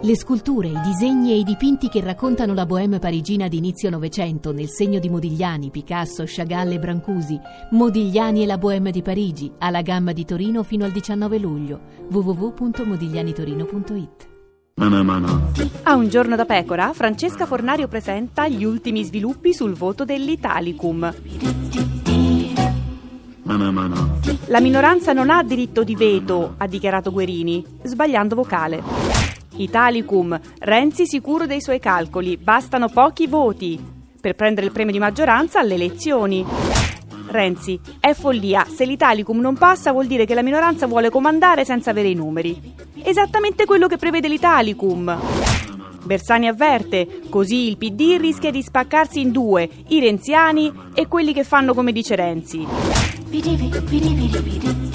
Le sculture, i disegni e i dipinti che raccontano la bohème parigina di inizio Novecento nel segno di Modigliani, Picasso, Chagall e Brancusi. Modigliani e la bohème di Parigi, alla Gamma di Torino fino al 19 luglio. www.modiglianitorino.it. A un giorno da pecora, Francesca Fornario presenta gli ultimi sviluppi sul voto dell'Italicum. La minoranza non ha diritto di veto, ha dichiarato Guerini, sbagliando vocale. Italicum, Renzi sicuro dei suoi calcoli, bastano pochi voti per prendere il premio di maggioranza alle elezioni. Renzi, è follia, se l'Italicum non passa vuol dire che la minoranza vuole comandare senza avere i numeri. Esattamente quello che prevede l'Italicum. Bersani avverte, così il PD rischia di spaccarsi in due, i renziani e quelli che fanno come dice Renzi.